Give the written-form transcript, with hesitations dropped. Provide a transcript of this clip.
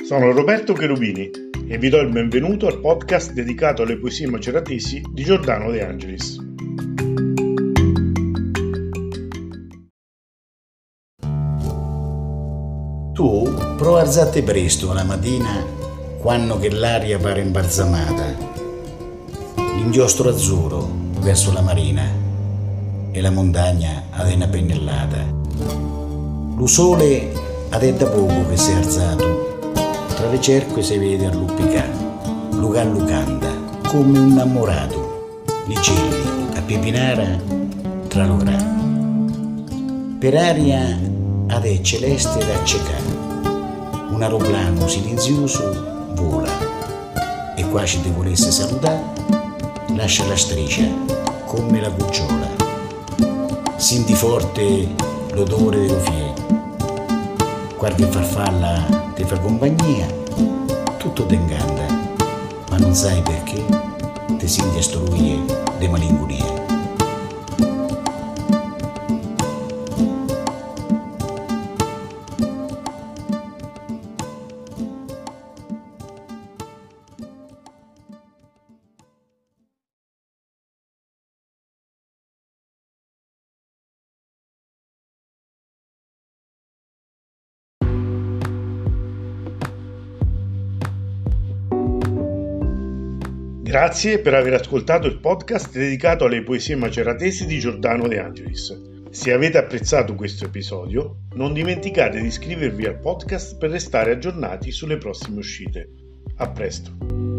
Sono Roberto Cherubini e vi do il benvenuto al podcast dedicato alle poesie maceratesi di Giordano De Angelis. Tu prova a alzarti presto la mattina quando che l'aria pare imbalsamata, l'inchiostro azzurro verso la marina e la montagna ad una pennellata. Lo sole ad è da poco che si è alzato, tra le cerque si vede arluppicare, lo gallo canta come un innamorato, gli cieli a pepinara tra l'ora. Per aria ad è celeste da accecare, un aeroplano silenzioso vola e quasi ti volesse salutare, lascia la striscia come la cucciola. Senti forte l'odore dello fieno, qualche farfalla ti fa compagnia, tutto ti incanta, ma non sai perché ti senti astruire di malinconia. Grazie per aver ascoltato il podcast dedicato alle poesie maceratesi di Giordano De Angelis. Se avete apprezzato questo episodio, non dimenticate di iscrivervi al podcast per restare aggiornati sulle prossime uscite. A presto!